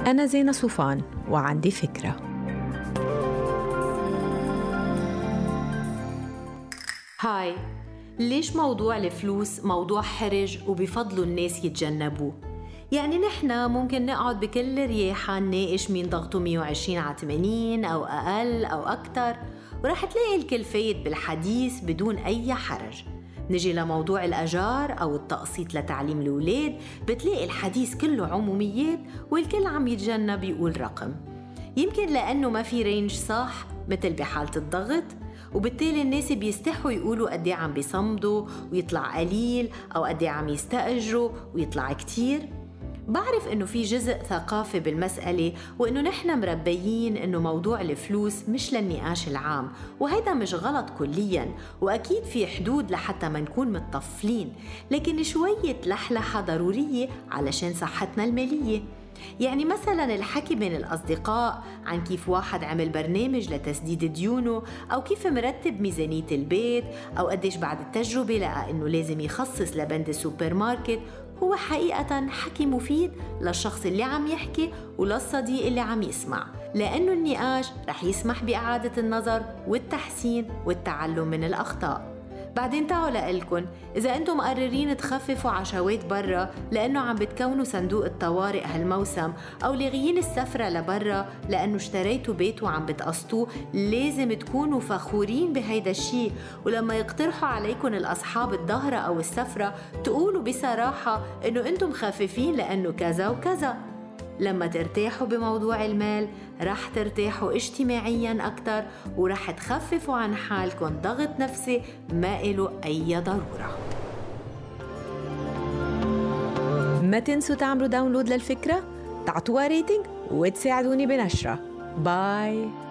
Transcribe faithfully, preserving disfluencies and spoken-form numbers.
أنا زينة صوفان وعندي فكرة. هاي، ليش موضوع الفلوس موضوع حرج وبفضلوا الناس يتجنبوه؟ يعني نحن ممكن نقعد بكل رياحة نناقش مين ضغطه مية وعشرين على ثمانين أو أقل أو أكتر، ورح تلاقي الكل فايت بالحديث بدون أي حرج. نجي لموضوع الأجار أو التقسيط لتعليم الأولاد، بتلاقي الحديث كله عموميات والكل عم يتجنب يقول رقم، يمكن لأنه ما في رينج صح مثل بحالة الضغط، وبالتالي الناس بيستحوا يقولوا قدي عم بيصمدوا ويطلع قليل، أو قدي عم يستأجروا ويطلع كتير. بعرف إنه في جزء ثقافي بالمسألة، وإنه نحن مربيين إنه موضوع الفلوس مش للنقاش العام، وهيدا مش غلط كلياً، وأكيد في حدود لحتى ما نكون متطفلين، لكن شوية لحلحة ضرورية علشان صحتنا المالية. يعني مثلاً الحكي بين الأصدقاء عن كيف واحد عمل برنامج لتسديد ديونه، أو كيف مرتب ميزانية البيت، أو قديش بعد التجربة لقى إنه لازم يخصص لبند السوبر ماركت، هو حقيقة حكي مفيد للشخص اللي عم يحكي وللصديق اللي عم يسمع، لأنه النقاش رح يسمح بإعادة النظر والتحسين والتعلم من الأخطاء. بعدين تعالوا لقلكن، إذا أنتم مقررين تخففوا عشوات برا لأنه عم بتكونوا صندوق الطوارئ هالموسم، أو لاغيين السفرة لبرا لأنه اشتريتوا بيت وعم بتقسطوه، لازم تكونوا فخورين بهيدا الشيء. ولما يقترحوا عليكم الأصحاب الظهرة أو السفرة، تقولوا بصراحة إنه أنتم خفيفين لأنه كذا وكذا. لما ترتاحوا بموضوع المال رح ترتاحوا اجتماعياً أكتر، ورح تخففوا عن حالكم ضغط نفسي ما إله أي ضرورة. ما تنسوا تعملوا داونلود للفكرة، تعطوها ريتنج وتساعدوني بنشرة. باي.